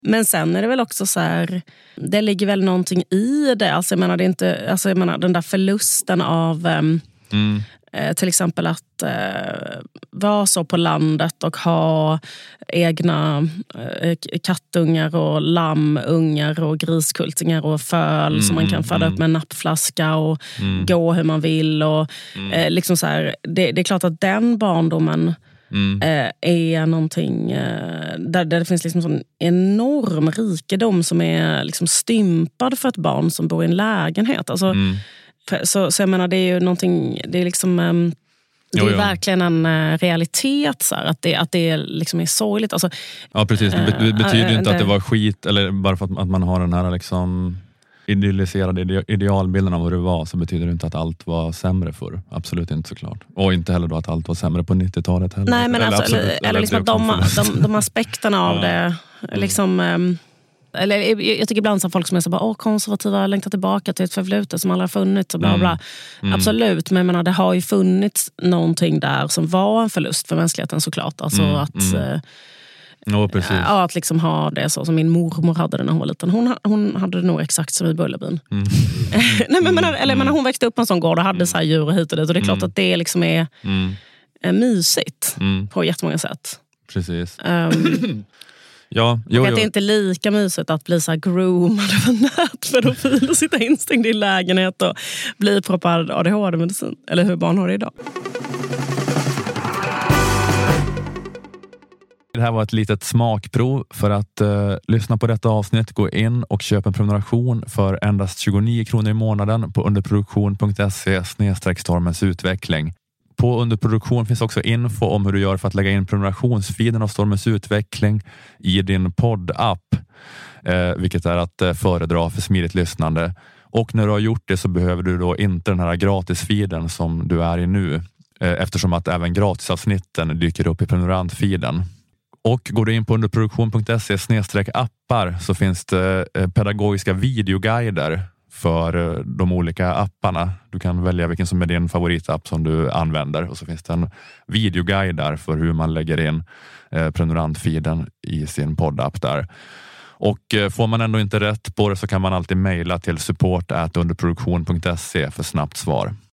Men sen är det väl också så här, det ligger väl någonting i det. Alltså jag menar, det är inte, alltså jag menar den där förlusten av till exempel att vara så på landet och ha egna kattungar och lammungar och griskultingar och föl som man kan föda upp med en nappflaska och gå hur man vill och liksom så här, det är klart att den barndomen är någonting där det finns liksom sån enorm rikedom som är liksom stympad för ett barn som bor i en lägenhet. Alltså, så jag menar, det är ju någonting, det är liksom det är verkligen en realitet så här, att det liksom är sorgligt. Alltså, ja, precis. Det betyder ju inte att det var skit, eller bara för att man har den här liksom idealiserade idealbilden av hur det var, så betyder det inte att allt var sämre förr. Absolut inte, såklart. Och inte heller då att allt var sämre på 90-talet heller. Nej, men alltså, eller liksom att de aspekterna av det liksom... Eller jag tycker ibland att folk som är så bara konservativa längtar tillbaka till ett förflutet som aldrig har funnits och bla bla. Absolut, men jag menar, det har ju funnits någonting där som var en förlust för mänskligheten såklart. Alltså att liksom ha det så som min mormor hade det när hon var liten. Hon hade det nog exakt som i Bullerbyn. Nej, men hon växte upp på en sån gård och hade så här djur och hit och det. Och det är klart att det liksom är mysigt på jättemånga sätt. Precis. Ja, att det är inte lika mysigt att bli så här groomad av nätpedofil och sitta instängd i lägenhet och bli proppad ADHD-medicin. Eller hur barn har det idag. Det här var ett litet smakprov. För att lyssna på detta avsnitt, gå in och köp en prenumeration för endast 29 kronor i månaden på underproduktion.se/Stormens utveckling. På Underproduktion finns också info om hur du gör för att lägga in prenumerationsfeeden av Stormens utveckling i din poddapp, vilket är att föredra för smidigt lyssnande. Och när du har gjort det så behöver du då inte den här gratisfeeden som du är i nu, eftersom att även gratisavsnitten dyker upp i prenumerantfeeden. Och går du in på underproduktion.se/appar så finns det pedagogiska videoguider för de olika apparna. Du kan välja vilken som är din favoritapp som du använder, och så finns det en videoguide där för hur man lägger in prenumerantfeeden i sin poddapp där. Och får man ändå inte rätt på det så kan man alltid mejla till support@underproduktion.se för snabbt svar.